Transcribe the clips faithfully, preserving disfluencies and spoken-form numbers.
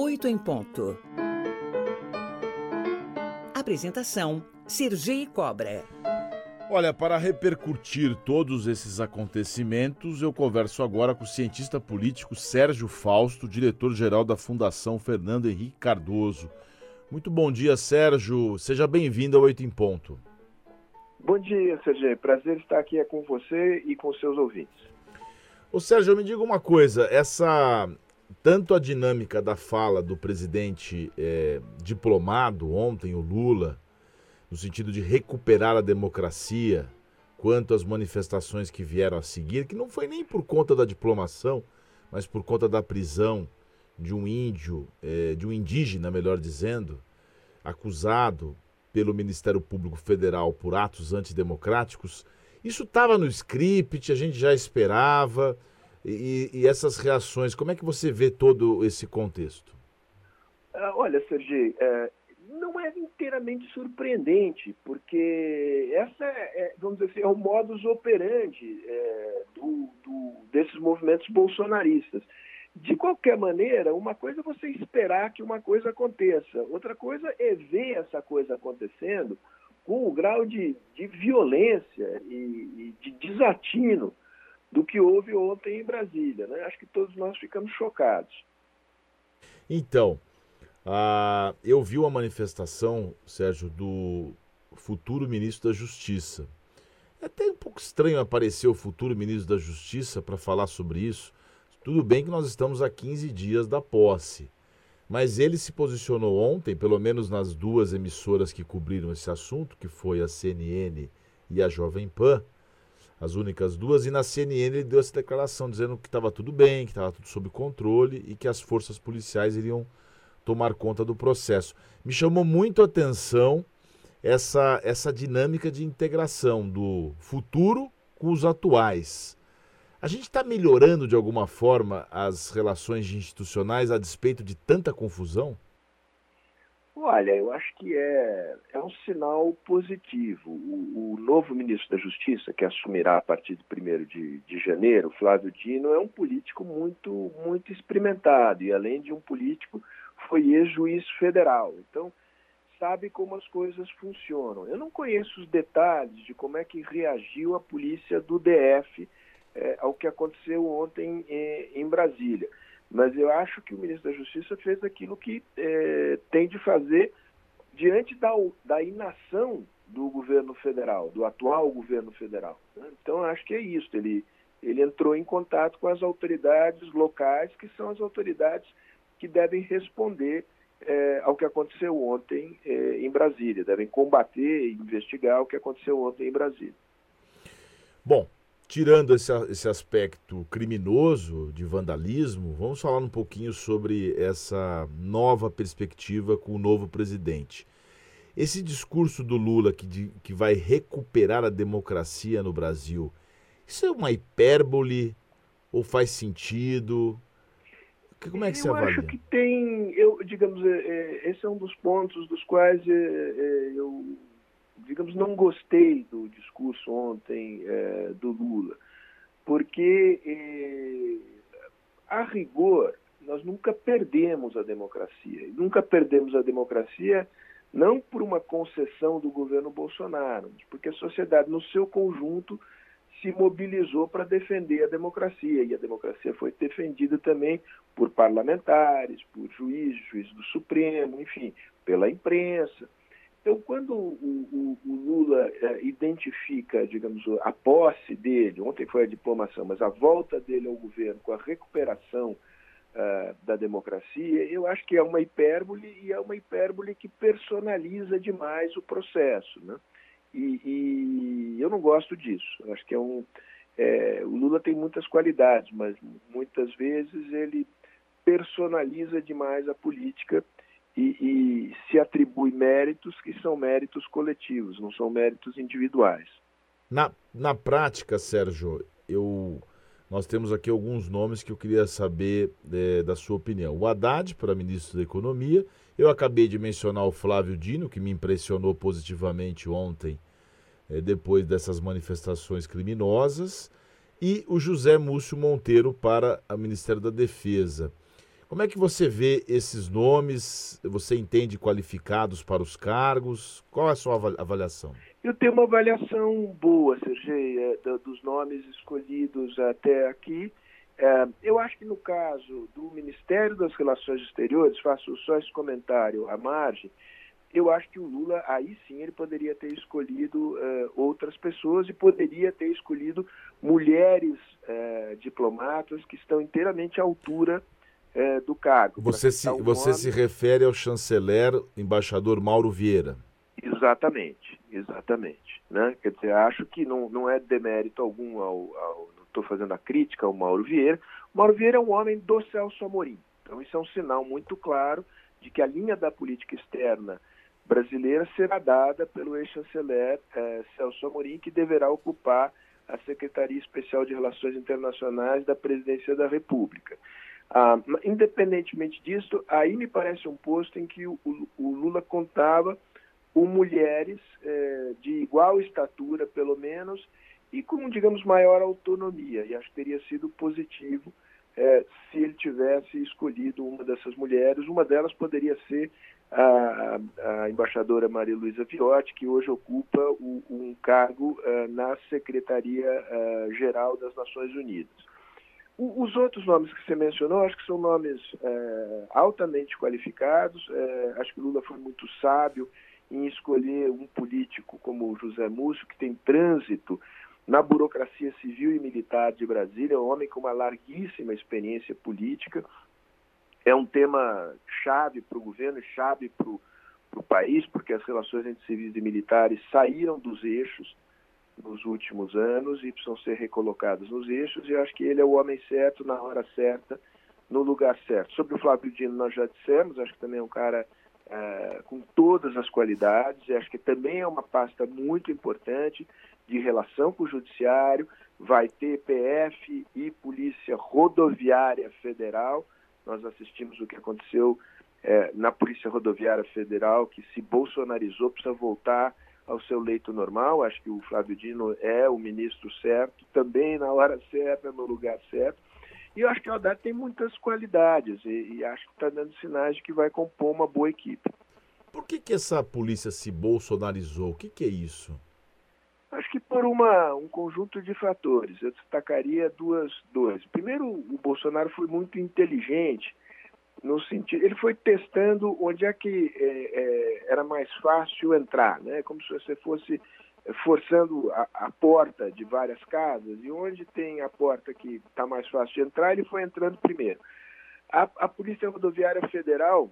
Oito em ponto. Apresentação, Sergi Cobra. Olha, para repercutir todos esses acontecimentos, eu converso agora com o cientista político Sérgio Fausto, diretor-geral da Fundação Fernando Henrique Cardoso. Muito bom dia, Sérgio. Seja bem-vindo ao Oito em Ponto. Bom dia, Sergi. Prazer estar aqui com você e com seus ouvintes. Ô, Sérgio, me diga uma coisa. Essa... Tanto a dinâmica da fala do presidente é, diplomado ontem, o Lula, no sentido de recuperar a democracia, quanto as manifestações que vieram a seguir, que não foi nem por conta da diplomação, mas por conta da prisão de um índio, é, de um indígena, melhor dizendo, acusado pelo Ministério Público Federal por atos antidemocráticos. Isso estava no script, a gente já esperava. E, e essas reações, como é que você vê todo esse contexto? Uh, olha, Sergi, uh, não é inteiramente surpreendente, porque essa é, vamos dizer assim, é o modus operandi é, do, do, desses movimentos bolsonaristas. De qualquer maneira, uma coisa é você esperar que uma coisa aconteça, outra coisa é ver essa coisa acontecendo com o grau de, de violência e, e de desatino do que houve ontem em Brasília, né? Acho que todos nós ficamos chocados. Então, uh, eu vi uma manifestação, Sérgio, do futuro ministro da Justiça. É até um pouco estranho aparecer o futuro ministro da Justiça para falar sobre isso. Tudo bem que nós estamos a quinze dias da posse, mas ele se posicionou ontem, pelo menos nas duas emissoras que cobriram esse assunto, que foi a C N N e a Jovem Pan, as únicas duas, e na C N N ele deu essa declaração dizendo que estava tudo bem, que estava tudo sob controle e que as forças policiais iriam tomar conta do processo. Me chamou muito a atenção essa, essa dinâmica de integração do futuro com os atuais. A gente está melhorando de alguma forma as relações institucionais a despeito de tanta confusão? Olha, eu acho que é, é um sinal positivo. O, o novo ministro da Justiça, que assumirá a partir de primeiro de, de janeiro, Flávio Dino, é um político muito, muito experimentado e, além de um político, foi ex-juiz federal. Então, sabe como as coisas funcionam. Eu não conheço os detalhes de como é que reagiu a polícia do D F é, ao que aconteceu ontem em, em Brasília. Mas eu acho que o ministro da Justiça fez aquilo que eh, tem de fazer diante da, da inação do governo federal, do atual governo federal. Então, eu acho que é isso. Ele, ele entrou em contato com as autoridades locais, que são as autoridades que devem responder eh, ao que aconteceu ontem eh, em Brasília, devem combater e investigar o que aconteceu ontem em Brasília. Bom, tirando esse, esse aspecto criminoso de vandalismo, vamos falar um pouquinho sobre essa nova perspectiva com o novo presidente. Esse discurso do Lula que, de, que vai recuperar a democracia no Brasil, isso é uma hipérbole ou faz sentido? Como é que você avalia? Eu acho que tem, eu, digamos, é, esse é um dos pontos dos quais é, é, eu... digamos, não gostei do discurso ontem é, do Lula, porque, é, a rigor, nós nunca perdemos a democracia. E nunca perdemos a democracia não por uma concessão do governo Bolsonaro, mas porque a sociedade, no seu conjunto, se mobilizou para defender a democracia. E a democracia foi defendida também por parlamentares, por juízes, juízes do Supremo, enfim, pela imprensa. Então, quando o, o, o Lula é, identifica, digamos, a posse dele, ontem foi a diplomação, mas a volta dele ao governo com a recuperação uh, da democracia, eu acho que é uma hipérbole e é uma hipérbole que personaliza demais o processo, né? E, e eu não gosto disso. Eu acho que é um... É, o Lula tem muitas qualidades, mas muitas vezes ele personaliza demais a política E, e se atribui méritos que são méritos coletivos, não são méritos individuais. Na, na prática, Sérgio, eu, nós temos aqui alguns nomes que eu queria saber é, da sua opinião. O Haddad, para ministro da Economia. Eu acabei de mencionar o Flávio Dino, que me impressionou positivamente ontem, é, depois dessas manifestações criminosas. E o José Múcio Monteiro para o Ministério da Defesa. Como é que você vê esses nomes? Você entende qualificados para os cargos? Qual é a sua avaliação? Eu tenho uma avaliação boa, Sergei, dos nomes escolhidos até aqui. Eu acho que no caso do Ministério das Relações Exteriores, faço só esse comentário à margem, eu acho que o Lula, aí sim, ele poderia ter escolhido uh, outras pessoas e poderia ter escolhido mulheres uh, diplomatas que estão inteiramente à altura uh, do cargo. Você, se, um você nome... se refere ao chanceler, embaixador Mauro Vieira. Exatamente, exatamente. Né? Quer dizer, acho que não, não é demérito algum, ao, ao, não estou fazendo a crítica ao Mauro Vieira. O Mauro Vieira é um homem do Celso Amorim. Então isso é um sinal muito claro de que a linha da política externa brasileira será dada pelo ex-chanceler eh, Celso Amorim, que deverá ocupar a Secretaria Especial de Relações Internacionais da Presidência da República. Ah, independentemente disso, aí me parece um posto em que o, o Lula contava com mulheres eh, de igual estatura, pelo menos, e com, digamos, maior autonomia. E acho que teria sido positivo eh, se ele tivesse escolhido uma dessas mulheres. Uma delas poderia ser A, a embaixadora Maria Luísa Viotti, que hoje ocupa o, um cargo uh, na Secretaria-Geral uh, das Nações Unidas. O, os outros nomes que você mencionou, acho que são nomes uh, altamente qualificados. Uh, acho que Lula foi muito sábio em escolher um político como o José Múcio, que tem trânsito na burocracia civil e militar de Brasília, um homem com uma larguíssima experiência política. É um tema chave para o governo, chave para o país, porque as relações entre civis e militares saíram dos eixos nos últimos anos e precisam ser recolocadas nos eixos, e eu acho que ele é o homem certo, na hora certa, no lugar certo. Sobre o Flávio Dino nós já dissemos, acho que também é um cara é, com todas as qualidades, e acho que também é uma pasta muito importante de relação com o Judiciário, vai ter P F e Polícia Rodoviária Federal. Nós assistimos o que aconteceu é, na Polícia Rodoviária Federal, que se bolsonarizou, precisa voltar ao seu leito normal. Acho que o Flávio Dino é o ministro certo, também na hora certa, no lugar certo. E eu acho que o Haddad tem muitas qualidades e, e acho que está dando sinais de que vai compor uma boa equipe. Por que, que essa polícia se bolsonarizou? O que, que é isso? Acho que por uma, um conjunto de fatores. Eu destacaria duas, dois. Primeiro, o Bolsonaro foi muito inteligente, no sentido, ele foi testando onde é que é, é, era mais fácil entrar, né? Como se você fosse forçando a, a porta de várias casas, e onde tem a porta que está mais fácil de entrar, ele foi entrando primeiro. A, a Polícia Rodoviária Federal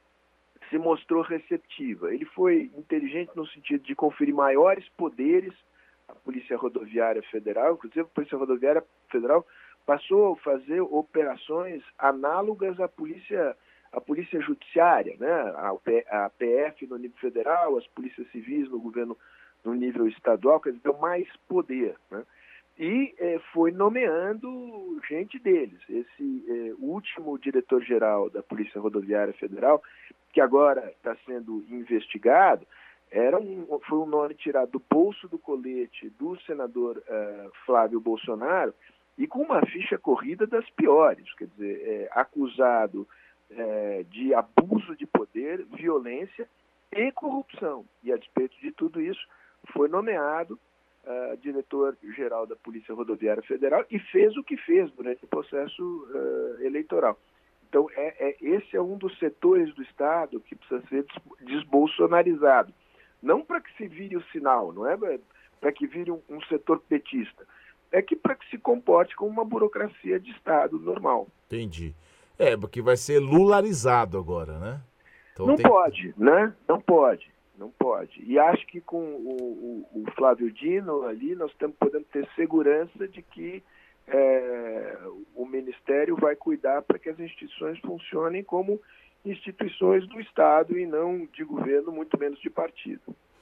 se mostrou receptiva. Ele foi inteligente no sentido de conferir maiores poderes à Polícia Rodoviária Federal. Inclusive, a Polícia Rodoviária Federal passou a fazer operações análogas à Polícia, à polícia Judiciária, né? A P F no nível federal, as polícias civis no governo no nível estadual, quer dizer, deu mais poder, né? E eh, foi nomeando gente deles. Esse eh, último diretor-geral da Polícia Rodoviária Federal, que agora está sendo investigado, era um, foi um nome tirado do bolso do colete do senador uh, Flávio Bolsonaro e com uma ficha corrida das piores, quer dizer, é, acusado é, de abuso de poder, violência e corrupção. E a despeito de tudo isso, foi nomeado uh, diretor-geral da Polícia Rodoviária Federal e fez o que fez durante o processo uh, eleitoral. Então, é, é, esse é um dos setores do Estado que precisa ser desbolsonarizado. Não para que se vire o sinal, não é para que vire um, um setor petista. É que para que se comporte como uma burocracia de Estado normal. Entendi. É, porque vai ser lularizado agora, né? Então, não tem... pode, né? Não pode, não pode. E acho que com o, o, o Flávio Dino ali, nós estamos podendo ter segurança de que É, o Ministério vai cuidar para que as instituições funcionem como instituições do Estado e não de governo, muito menos de partido.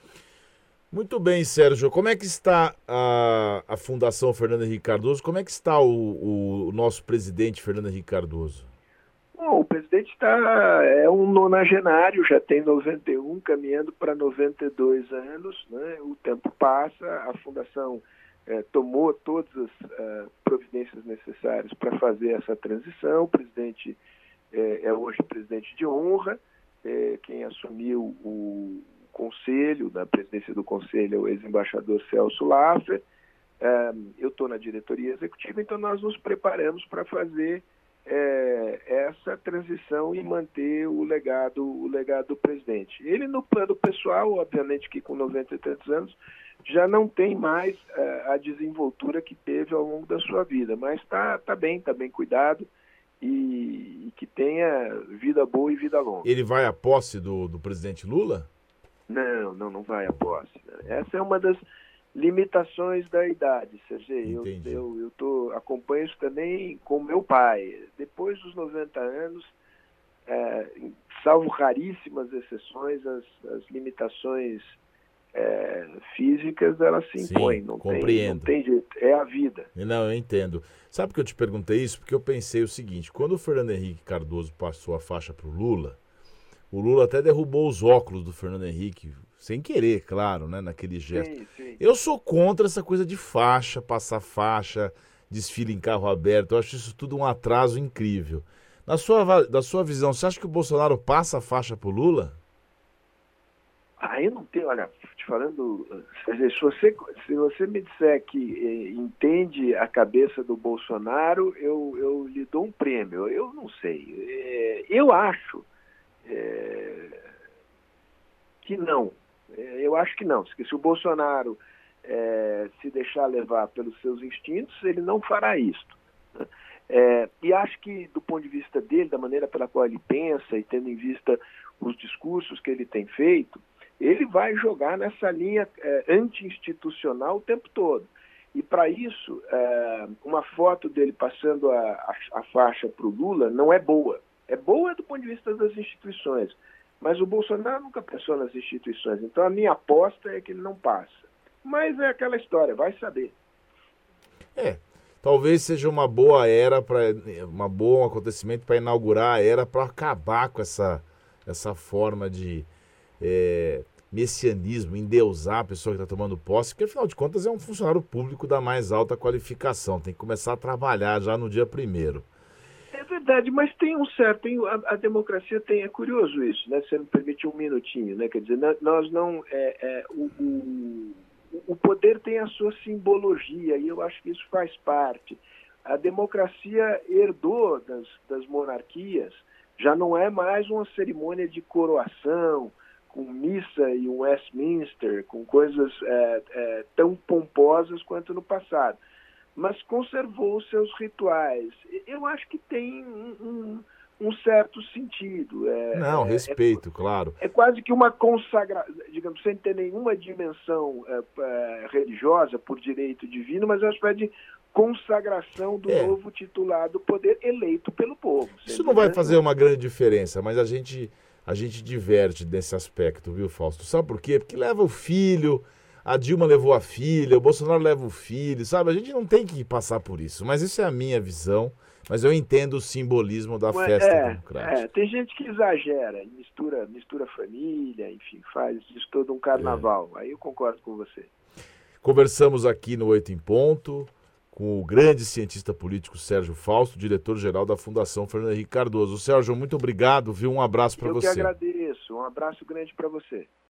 Muito bem, Sérgio. Como é que está a, a Fundação Fernando Henrique Cardoso? Como é que está o, o, o nosso presidente Fernando Henrique Cardoso? Bom, o presidente está, é um nonagenário, já tem noventa e um, caminhando para noventa e dois anos, né? O tempo passa, a Fundação É, tomou todas as uh, providências necessárias para fazer essa transição. O presidente é, é hoje presidente de honra, é, quem assumiu o conselho, da presidência do conselho, é o ex-embaixador Celso Laffer. É, eu estou na diretoria executiva, então nós nos preparamos para fazer é, essa transição e manter o legado, o legado do presidente. Ele, no plano pessoal, obviamente que com noventa e tantos anos, já não tem mais é, a desenvoltura que teve ao longo da sua vida, mas está tá bem, está bem cuidado e, e que tenha vida boa e vida longa. Ele vai à posse do, do presidente Lula? Não, não, não vai à posse. Essa é uma das limitações da idade, Sergei. Eu, eu, eu tô, acompanho isso também com meu pai. Depois dos noventa anos, é, salvo raríssimas exceções, as, as limitações é, físicas, elas se impõem. Sim, não compreendo. Tem, não tem jeito, é a vida. Não, eu entendo. Sabe por que eu te perguntei isso? Porque eu pensei o seguinte, quando o Fernando Henrique Cardoso passou a faixa para o Lula, o Lula até derrubou os óculos do Fernando Henrique, sem querer, claro, né, naquele gesto. Sim, sim. Eu sou contra essa coisa de faixa, passar faixa, desfile em carro aberto. Eu acho isso tudo um atraso incrível. Na sua, da sua visão, você acha que o Bolsonaro passa a faixa pro Lula? Ah, eu não tenho, olha, te falando, se você, se você me disser que eh, entende a cabeça do Bolsonaro, eu, eu lhe dou um prêmio. Eu não sei. Eh, eu acho É, que não, é, eu acho que não, que se o Bolsonaro é, se deixar levar pelos seus instintos, ele não fará isto, né? É, e acho que do ponto de vista dele, da maneira pela qual ele pensa e tendo em vista os discursos que ele tem feito, ele vai jogar nessa linha é, anti-institucional o tempo todo. E para isso, é, uma foto dele passando a, a, a faixa para o Lula não é boa. É boa do ponto de vista das instituições, mas o Bolsonaro nunca pensou nas instituições. Então a minha aposta é que ele não passa. Mas é aquela história, vai saber. É, talvez seja uma boa era, para uma boa acontecimento para inaugurar a era, para acabar com essa, essa forma de é, messianismo, endeusar a pessoa que está tomando posse, porque afinal de contas é um funcionário público da mais alta qualificação, tem que começar a trabalhar já no dia primeiro. É verdade, mas tem um certo, tem, a, a democracia tem, é curioso isso, né? Você me permite um minutinho, né? Quer dizer, nós não, é, é, o, o, o poder tem a sua simbologia e eu acho que isso faz parte. A democracia herdou das, das monarquias, já não é mais uma cerimônia de coroação, com missa e um Westminster, com coisas é, é, tão pomposas quanto no passado, mas conservou os seus rituais. Eu acho que tem um, um, um certo sentido. É, Não, é, respeito, é, claro. É quase que uma consagração, digamos, sem ter nenhuma dimensão é, é, religiosa por direito divino, mas é uma espécie de consagração do é. novo titular do poder eleito pelo povo. Isso não vai fazer uma grande diferença, mas a gente, a gente diverte nesse aspecto, viu, Fausto? Sabe por quê? Porque leva o filho... A Dilma levou a filha, o Bolsonaro leva o filho, sabe? A gente não tem que passar por isso. Mas isso é a minha visão, mas eu entendo o simbolismo da Mas, festa é, democrática. É, tem gente que exagera, mistura, mistura família, enfim, faz isso todo um carnaval. É. Aí eu concordo com você. Conversamos aqui no Oito em Ponto com o grande cientista político Sérgio Fausto, diretor-geral da Fundação Fernando Henrique Cardoso. Sérgio, muito obrigado, viu? Um abraço para você. Eu que agradeço. Um abraço grande para você.